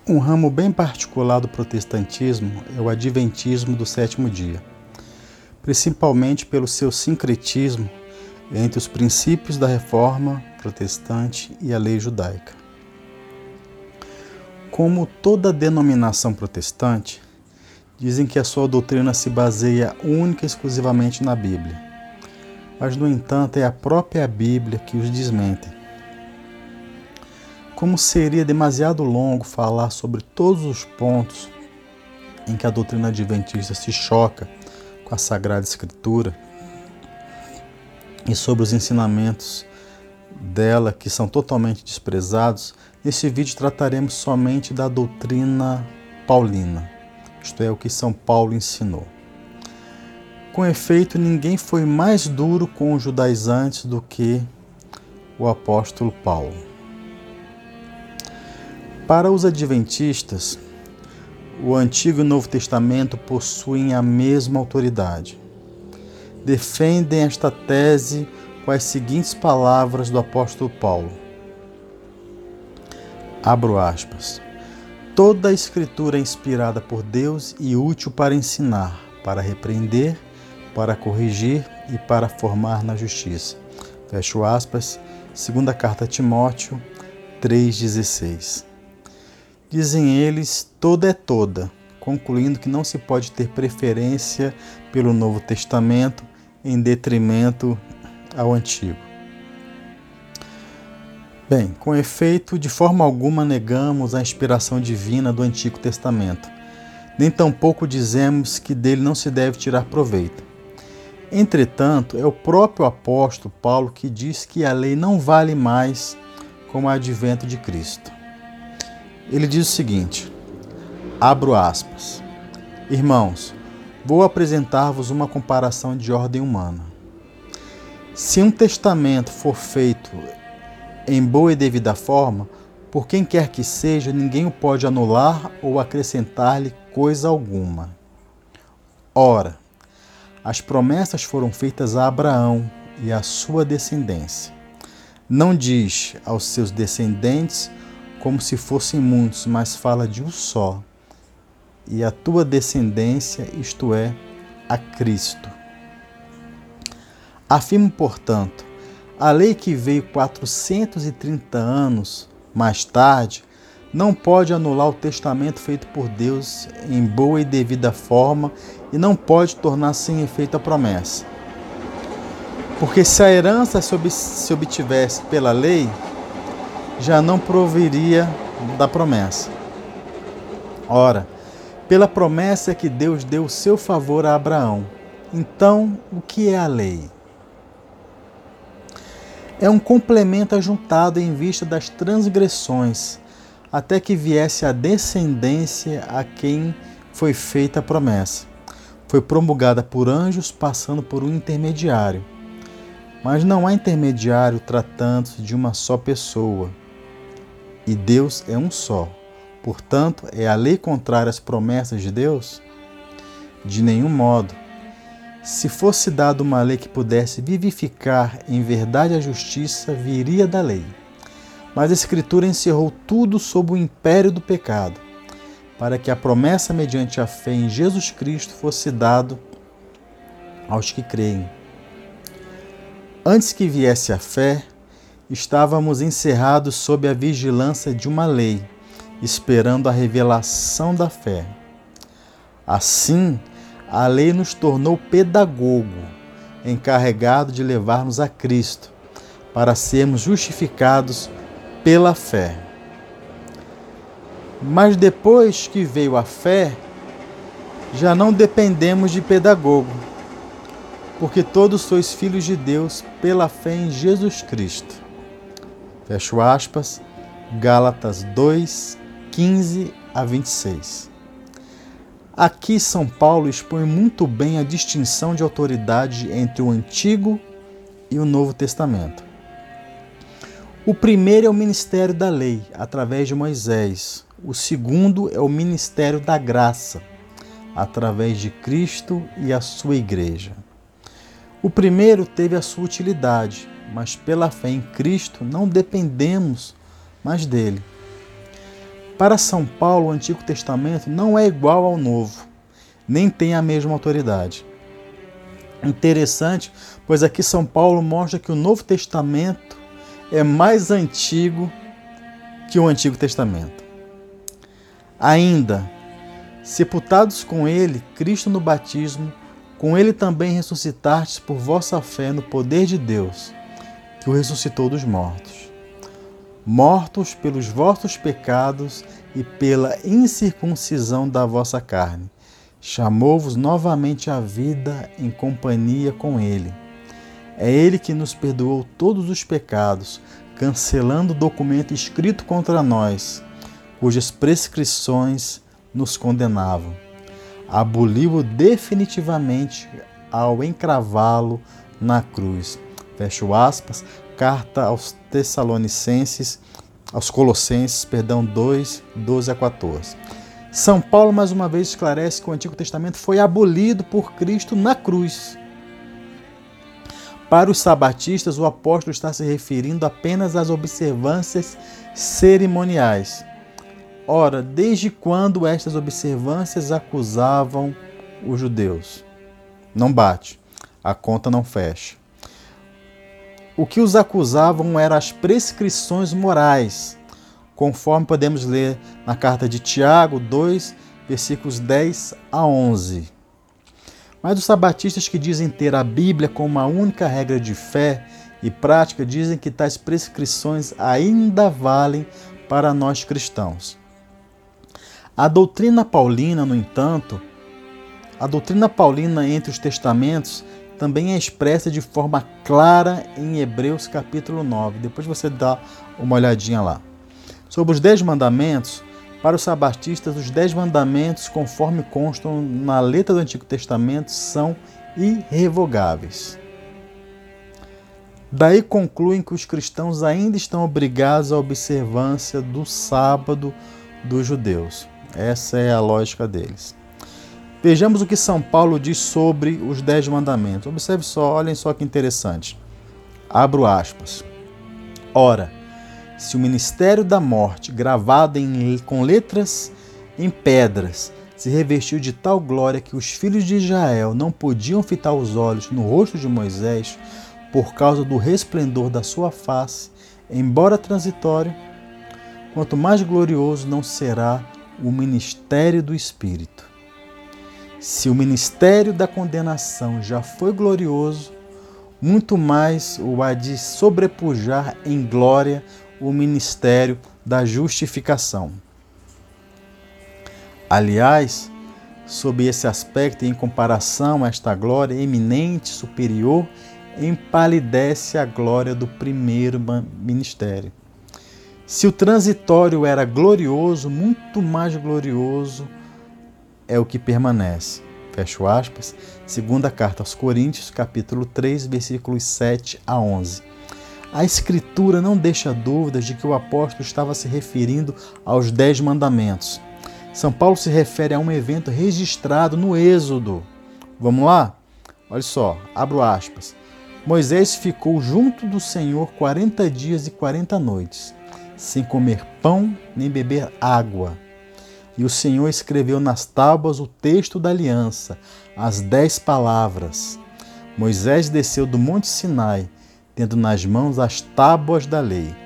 Um ramo bem particular do protestantismo é o adventismo do sétimo dia, principalmente pelo seu sincretismo entre os princípios da reforma protestante e a lei judaica. Como toda denominação protestante, dizem que a sua doutrina se baseia única e exclusivamente na Bíblia, mas, no entanto, é a própria Bíblia que os desmente. Como seria demasiado longo falar sobre todos os pontos em que a doutrina adventista se choca com a Sagrada Escritura e sobre os ensinamentos dela que são totalmente desprezados, nesse vídeo trataremos somente da doutrina paulina, isto é, o que São Paulo ensinou. Com efeito, ninguém foi mais duro com os judaizantes do que o apóstolo Paulo. Para os adventistas, o Antigo e o Novo Testamento possuem a mesma autoridade. Defendem esta tese com as seguintes palavras do apóstolo Paulo. Abro aspas. Toda a Escritura é inspirada por Deus e útil para ensinar, para repreender, para corrigir e para formar na justiça. Fecho aspas. Segunda carta a Timóteo 3,16. Dizem eles, toda é toda, concluindo que não se pode ter preferência pelo Novo Testamento em detrimento ao Antigo. Bem, com efeito, de forma alguma negamos a inspiração divina do Antigo Testamento, nem tampouco dizemos que dele não se deve tirar proveito. Entretanto, é o próprio apóstolo Paulo que diz que a lei não vale mais com o advento de Cristo. Ele diz o seguinte, abro aspas, irmãos, vou apresentar-vos uma comparação de ordem humana. Se um testamento for feito em boa e devida forma, por quem quer que seja, ninguém o pode anular ou acrescentar-lhe coisa alguma. Ora, as promessas foram feitas a Abraão e à sua descendência. Não diz aos seus descendentes como se fossem muitos, mas fala de um só, e a tua descendência, isto é, a Cristo. Afirmo, portanto, a lei que veio 430 anos mais tarde não pode anular o testamento feito por Deus em boa e devida forma e não pode tornar sem efeito a promessa. Porque se a herança se obtivesse pela lei, já não proviria da promessa. Ora, pela promessa é que Deus deu o seu favor a Abraão. Então, o que é a lei? É um complemento ajuntado em vista das transgressões, até que viesse a descendência a quem foi feita a promessa. Foi promulgada por anjos, passando por um intermediário. Mas não há intermediário tratando-se de uma só pessoa. E Deus é um só. Portanto, é a lei contrária às promessas de Deus? De nenhum modo. Se fosse dada uma lei que pudesse vivificar em verdade a justiça, viria da lei. Mas a Escritura encerrou tudo sob o império do pecado, para que a promessa mediante a fé em Jesus Cristo fosse dado aos que creem. Antes que viesse a fé, estávamos encerrados sob a vigilância de uma lei, esperando a revelação da fé. Assim, a lei nos tornou pedagogo, encarregado de levar-nos a Cristo, para sermos justificados pela fé. Mas depois que veio a fé, já não dependemos de pedagogo, porque todos sois filhos de Deus pela fé em Jesus Cristo. Fecho aspas, Gálatas 2, 15 a 26. Aqui São Paulo expõe muito bem a distinção de autoridade entre o Antigo e o Novo Testamento. O primeiro é o ministério da lei, através de Moisés. O segundo é o ministério da graça, através de Cristo e a sua igreja. O primeiro teve a sua utilidade, mas pela fé em Cristo não dependemos mais dele. Para São Paulo, o Antigo Testamento não é igual ao Novo, nem tem a mesma autoridade. Interessante, pois aqui São Paulo mostra que o Novo Testamento é mais antigo que o Antigo Testamento. Ainda, sepultados com ele, Cristo no batismo, com ele também ressuscitastes por vossa fé no poder de Deus, que o ressuscitou dos mortos. Mortos pelos vossos pecados e pela incircuncisão da vossa carne, chamou-vos novamente à vida em companhia com ele. É ele que nos perdoou todos os pecados, cancelando o documento escrito contra nós, cujas prescrições nos condenavam. Aboliu-o definitivamente ao encravá-lo na cruz. Fecho aspas, carta aos Colossenses, 2, 12 a 14. São Paulo, mais uma vez, esclarece que o Antigo Testamento foi abolido por Cristo na cruz. Para os sabatistas, o apóstolo está se referindo apenas às observâncias cerimoniais. Ora, desde quando estas observâncias acusavam os judeus? Não bate, a conta não fecha. O que os acusavam eram as prescrições morais, conforme podemos ler na carta de Tiago 2, versículos 10 a 11. Mas os sabatistas, que dizem ter a Bíblia como uma única regra de fé e prática, dizem que tais prescrições ainda valem para nós cristãos. A doutrina paulina, no entanto, a doutrina paulina entre os testamentos também é expressa de forma clara em Hebreus capítulo 9. Depois você dá uma olhadinha lá. Sobre os 10 mandamentos, para os sabatistas, os 10 mandamentos, conforme constam na letra do Antigo Testamento, são irrevogáveis. Daí concluem que os cristãos ainda estão obrigados à observância do sábado dos judeus. Essa é a lógica deles. Vejamos o que São Paulo diz sobre os 10 mandamentos. Observe só, olhem só que interessante. Abro aspas. Ora, se o ministério da morte, gravado com letras em pedras, se revestiu de tal glória que os filhos de Israel não podiam fitar os olhos no rosto de Moisés por causa do resplendor da sua face, embora transitório, quanto mais glorioso não será o ministério do Espírito. Se o ministério da condenação já foi glorioso, muito mais o há de sobrepujar em glória o ministério da justificação. Aliás, sob esse aspecto e em comparação a esta glória eminente, superior, empalidece a glória do primeiro ministério. Se o transitório era glorioso, muito mais glorioso é o que permanece. Fecho aspas. Segunda carta aos Coríntios, capítulo 3, versículos 7 a 11. A Escritura não deixa dúvidas de que o apóstolo estava se referindo aos 10 mandamentos. São Paulo se refere a um evento registrado no Êxodo. Vamos lá? Olha só, abro aspas. Moisés ficou junto do Senhor 40 dias e 40 noites, sem comer pão nem beber água. E o Senhor escreveu nas tábuas o texto da aliança, as 10 palavras. Moisés desceu do monte Sinai, tendo nas mãos as tábuas da lei.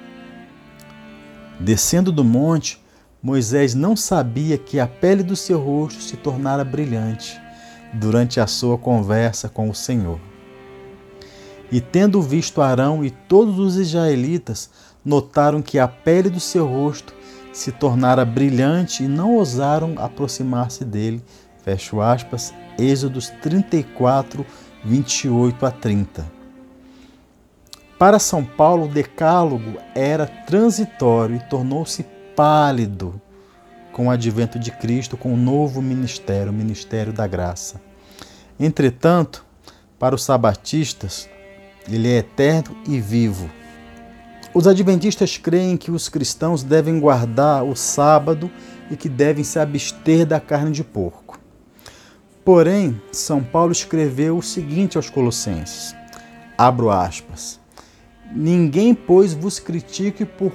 Descendo do monte, Moisés não sabia que a pele do seu rosto se tornara brilhante durante a sua conversa com o Senhor. E tendo visto Arão e todos os israelitas, notaram que a pele do seu rosto se tornara brilhante e não ousaram aproximar-se dele. Fecho aspas, Êxodos 34, 28 a 30. Para São Paulo, o decálogo era transitório e tornou-se pálido com o advento de Cristo, com o novo ministério, o ministério da graça. Entretanto, para os sabatistas, ele é eterno e vivo. Os adventistas creem que os cristãos devem guardar o sábado e que devem se abster da carne de porco. Porém, São Paulo escreveu o seguinte aos Colossenses, abro aspas, ninguém, pois, vos critique por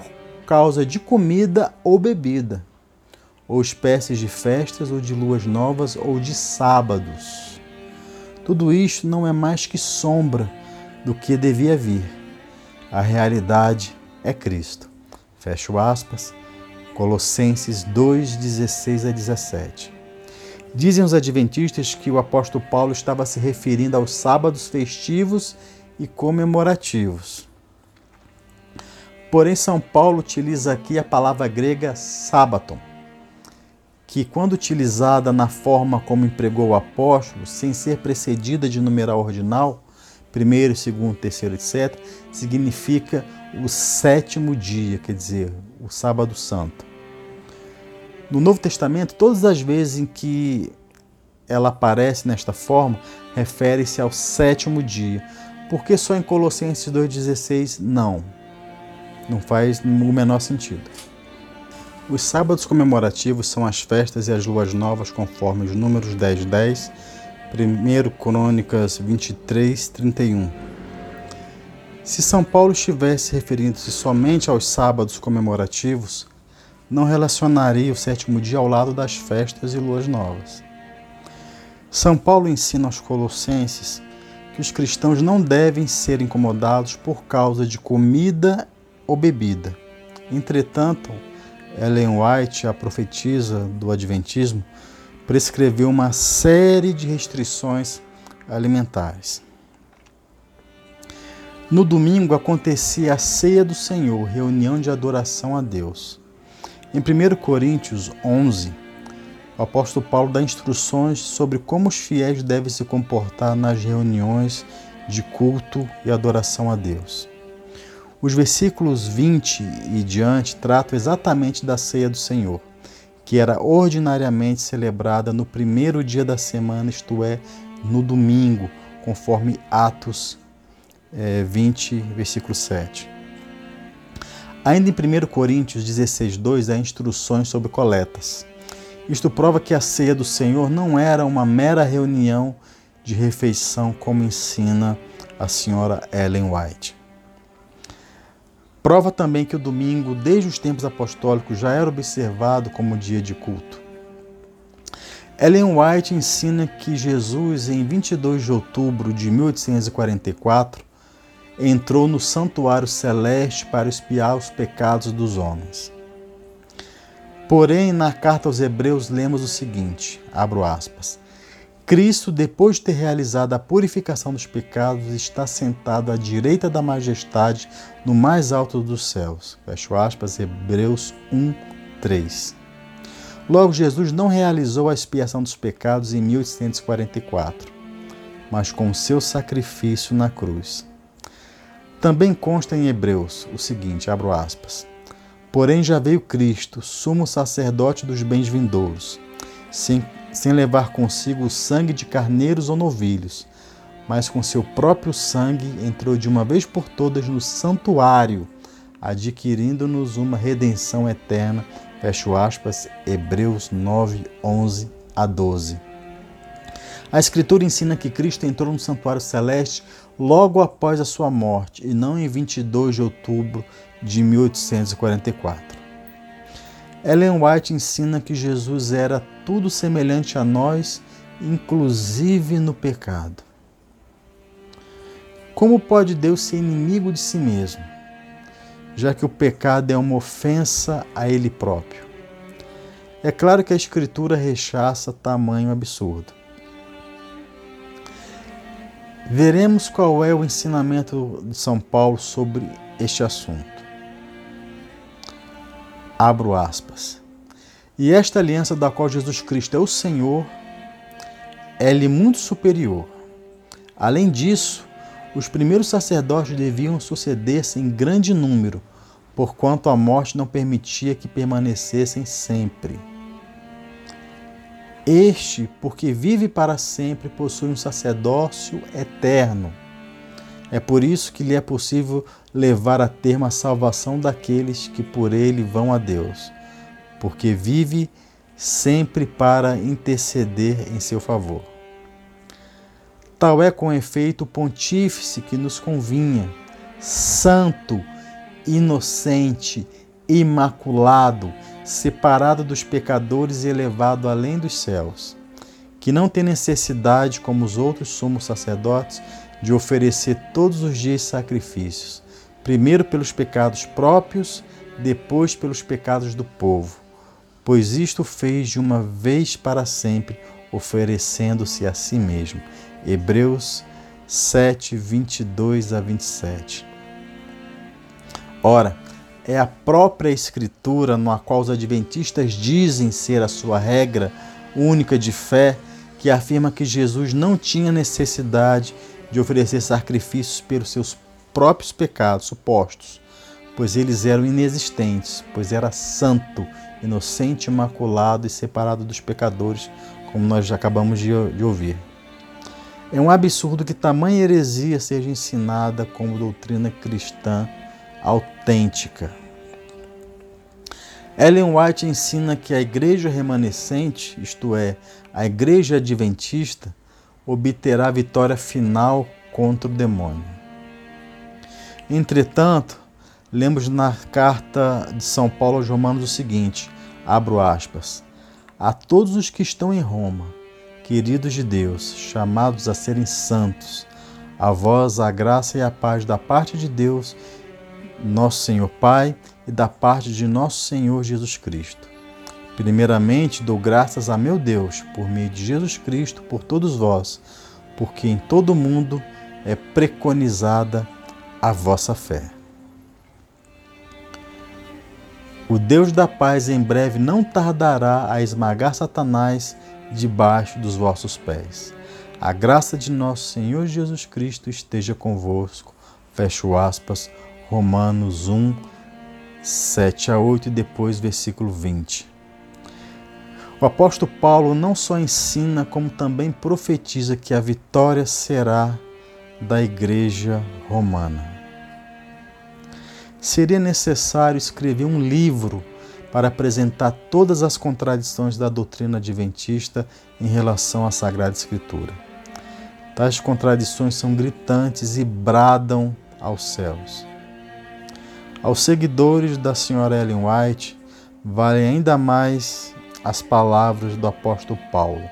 causa de comida ou bebida, ou espécies de festas ou de luas novas ou de sábados. Tudo isto não é mais que sombra do que devia vir. A realidade é Cristo. Fecho aspas. Colossenses 2, 16 a 17. Dizem os adventistas que o apóstolo Paulo estava se referindo aos sábados festivos e comemorativos. Porém, São Paulo utiliza aqui a palavra grega sábaton, que, quando utilizada na forma como empregou o apóstolo, sem ser precedida de numeral ordinal, primeiro, segundo, terceiro, etc., significa o sétimo dia, quer dizer, o sábado santo. No Novo Testamento, todas as vezes em que ela aparece nesta forma, refere-se ao sétimo dia. Por que só em Colossenses 2,16 não? Não faz o menor sentido. Os sábados comemorativos são as festas e as luas novas, conforme os números 10:10, 1 Crônicas 23:31. Se São Paulo estivesse referindo-se somente aos sábados comemorativos, não relacionaria o sétimo dia ao lado das festas e luas novas. São Paulo ensina aos Colossenses que os cristãos não devem ser incomodados por causa de comida ou bebida. Entretanto, Ellen White, a profetisa do Adventismo, prescreveu uma série de restrições alimentares. No domingo acontecia a ceia do Senhor, reunião de adoração a Deus. Em 1 Coríntios 11, o apóstolo Paulo dá instruções sobre como os fiéis devem se comportar nas reuniões de culto e adoração a Deus. Os versículos 20 e diante tratam exatamente da ceia do Senhor, que era ordinariamente celebrada no primeiro dia da semana, isto é, no domingo, conforme Atos 20, versículo 7. Ainda em 1 Coríntios 16:2 há instruções sobre coletas. Isto prova que a ceia do Senhor não era uma mera reunião de refeição, como ensina a senhora Ellen White. Prova também que o domingo, desde os tempos apostólicos, já era observado como dia de culto. Ellen White ensina que Jesus, em 22 de outubro de 1844, entrou no santuário celeste para expiar os pecados dos homens. Porém, na carta aos Hebreus, lemos o seguinte, abro aspas, Cristo, depois de ter realizado a purificação dos pecados, está sentado à direita da majestade no mais alto dos céus. Fecho aspas, Hebreus 1:3. Logo, Jesus não realizou a expiação dos pecados em 1844, mas com o seu sacrifício na cruz. Também consta em Hebreus o seguinte, abro aspas, porém já veio Cristo, sumo sacerdote dos bens vindouros, sem levar consigo o sangue de carneiros ou novilhos, mas com seu próprio sangue entrou de uma vez por todas no santuário, adquirindo-nos uma redenção eterna. Fecho aspas, Hebreus 9, 11 a 12. A Escritura ensina que Cristo entrou no santuário celeste logo após a sua morte, e não em 22 de outubro de 1844. Ellen White ensina que Jesus era tudo semelhante a nós, inclusive no pecado. Como pode Deus ser inimigo de si mesmo, já que o pecado é uma ofensa a Ele próprio? É claro que a Escritura rechaça tamanho absurdo. Veremos qual é o ensinamento de São Paulo sobre este assunto. Abro aspas. E esta aliança da qual Jesus Cristo é o Senhor, é-lhe muito superior. Além disso, os primeiros sacerdotes deviam suceder-se em grande número, porquanto a morte não permitia que permanecessem sempre. Este, porque vive para sempre, possui um sacerdócio eterno. É por isso que lhe é possível levar a termo a salvação daqueles que por ele vão a Deus, porque vive sempre para interceder em seu favor. Tal é, com efeito, o pontífice que nos convinha, santo, inocente, imaculado, separado dos pecadores e elevado além dos céus, que não tem necessidade, como os outros sumos sacerdotes, de oferecer todos os dias sacrifícios, primeiro pelos pecados próprios, depois pelos pecados do povo, pois isto fez de uma vez para sempre, oferecendo-se a si mesmo. Hebreus 7, 22 a 27. Ora, é a própria Escritura, na qual os adventistas dizem ser a sua regra única de fé, que afirma que Jesus não tinha necessidade de oferecer sacrifícios pelos seus próprios pecados supostos, pois eles eram inexistentes, pois era santo, inocente, imaculado e separado dos pecadores, como nós já acabamos de ouvir. É um absurdo que tamanha heresia seja ensinada como doutrina cristã autêntica. Ellen White ensina que a igreja remanescente, isto é, a igreja adventista, obterá a vitória final contra o demônio. Entretanto, lemos na carta de São Paulo aos Romanos o seguinte, abro aspas, a todos os que estão em Roma, queridos de Deus, chamados a serem santos, a vós a graça e a paz da parte de Deus, nosso Senhor Pai, e da parte de nosso Senhor Jesus Cristo. Primeiramente, dou graças a meu Deus, por meio de Jesus Cristo, por todos vós, porque em todo o mundo é preconizada a vossa fé. O Deus da paz em breve não tardará a esmagar Satanás debaixo dos vossos pés. A graça de nosso Senhor Jesus Cristo esteja convosco. Fecho aspas, Romanos 1, 7 a 8 e depois versículo 20. O apóstolo Paulo não só ensina, como também profetiza que a vitória será da igreja romana. Seria necessário escrever um livro para apresentar todas as contradições da doutrina adventista em relação à Sagrada Escritura. Tais contradições são gritantes e bradam aos céus. Aos seguidores da senhora Ellen White, valem ainda mais as palavras do apóstolo Paulo.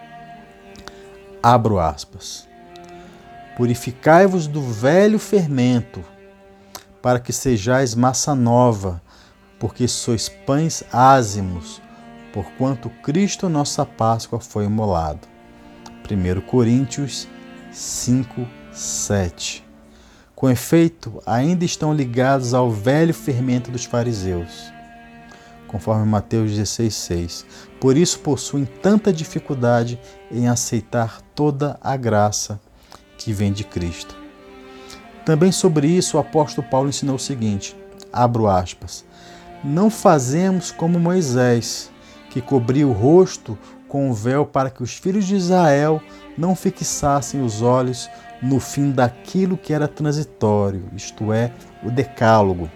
Abro aspas. Purificai-vos do velho fermento, para que sejais massa nova, porque sois pães ázimos, porquanto Cristo nossa Páscoa foi imolado. 1 Coríntios 5, 7. Com efeito, ainda estão ligados ao velho fermento dos fariseus, conforme Mateus 16, 6. Por isso possuem tanta dificuldade em aceitar toda a graça que vem de Cristo. Também sobre isso o apóstolo Paulo ensinou o seguinte, abro aspas, não fazemos como Moisés, que cobria o rosto com o véu para que os filhos de Israel não fixassem os olhos no fim daquilo que era transitório, isto é, o decálogo.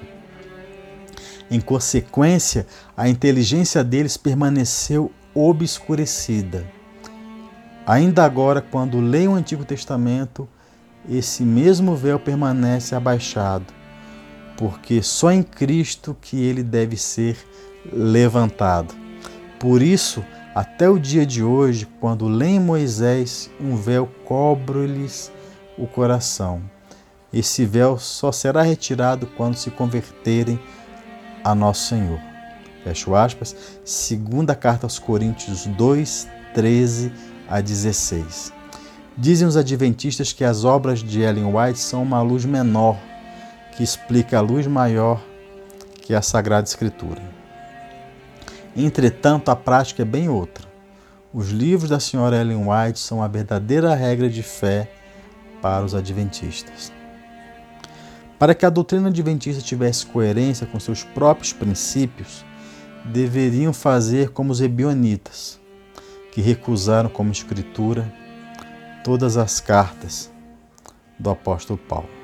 Em consequência, a inteligência deles permaneceu obscurecida. Ainda agora, quando leem o Antigo Testamento, esse mesmo véu permanece abaixado, porque só em Cristo que ele deve ser levantado. Por isso, até o dia de hoje, quando leem Moisés, um véu cobre-lhes o coração. Esse véu só será retirado quando se converterem a nosso Senhor. Fecho aspas, segunda carta aos Coríntios 2, 13 a 16. Dizem os adventistas que as obras de Ellen White são uma luz menor, que explica a luz maior que é a Sagrada Escritura. Entretanto, a prática é bem outra. Os livros da senhora Ellen White são a verdadeira regra de fé para os adventistas. Para que a doutrina adventista tivesse coerência com seus próprios princípios, deveriam fazer como os ebionitas, que recusaram como escritura todas as cartas do apóstolo Paulo.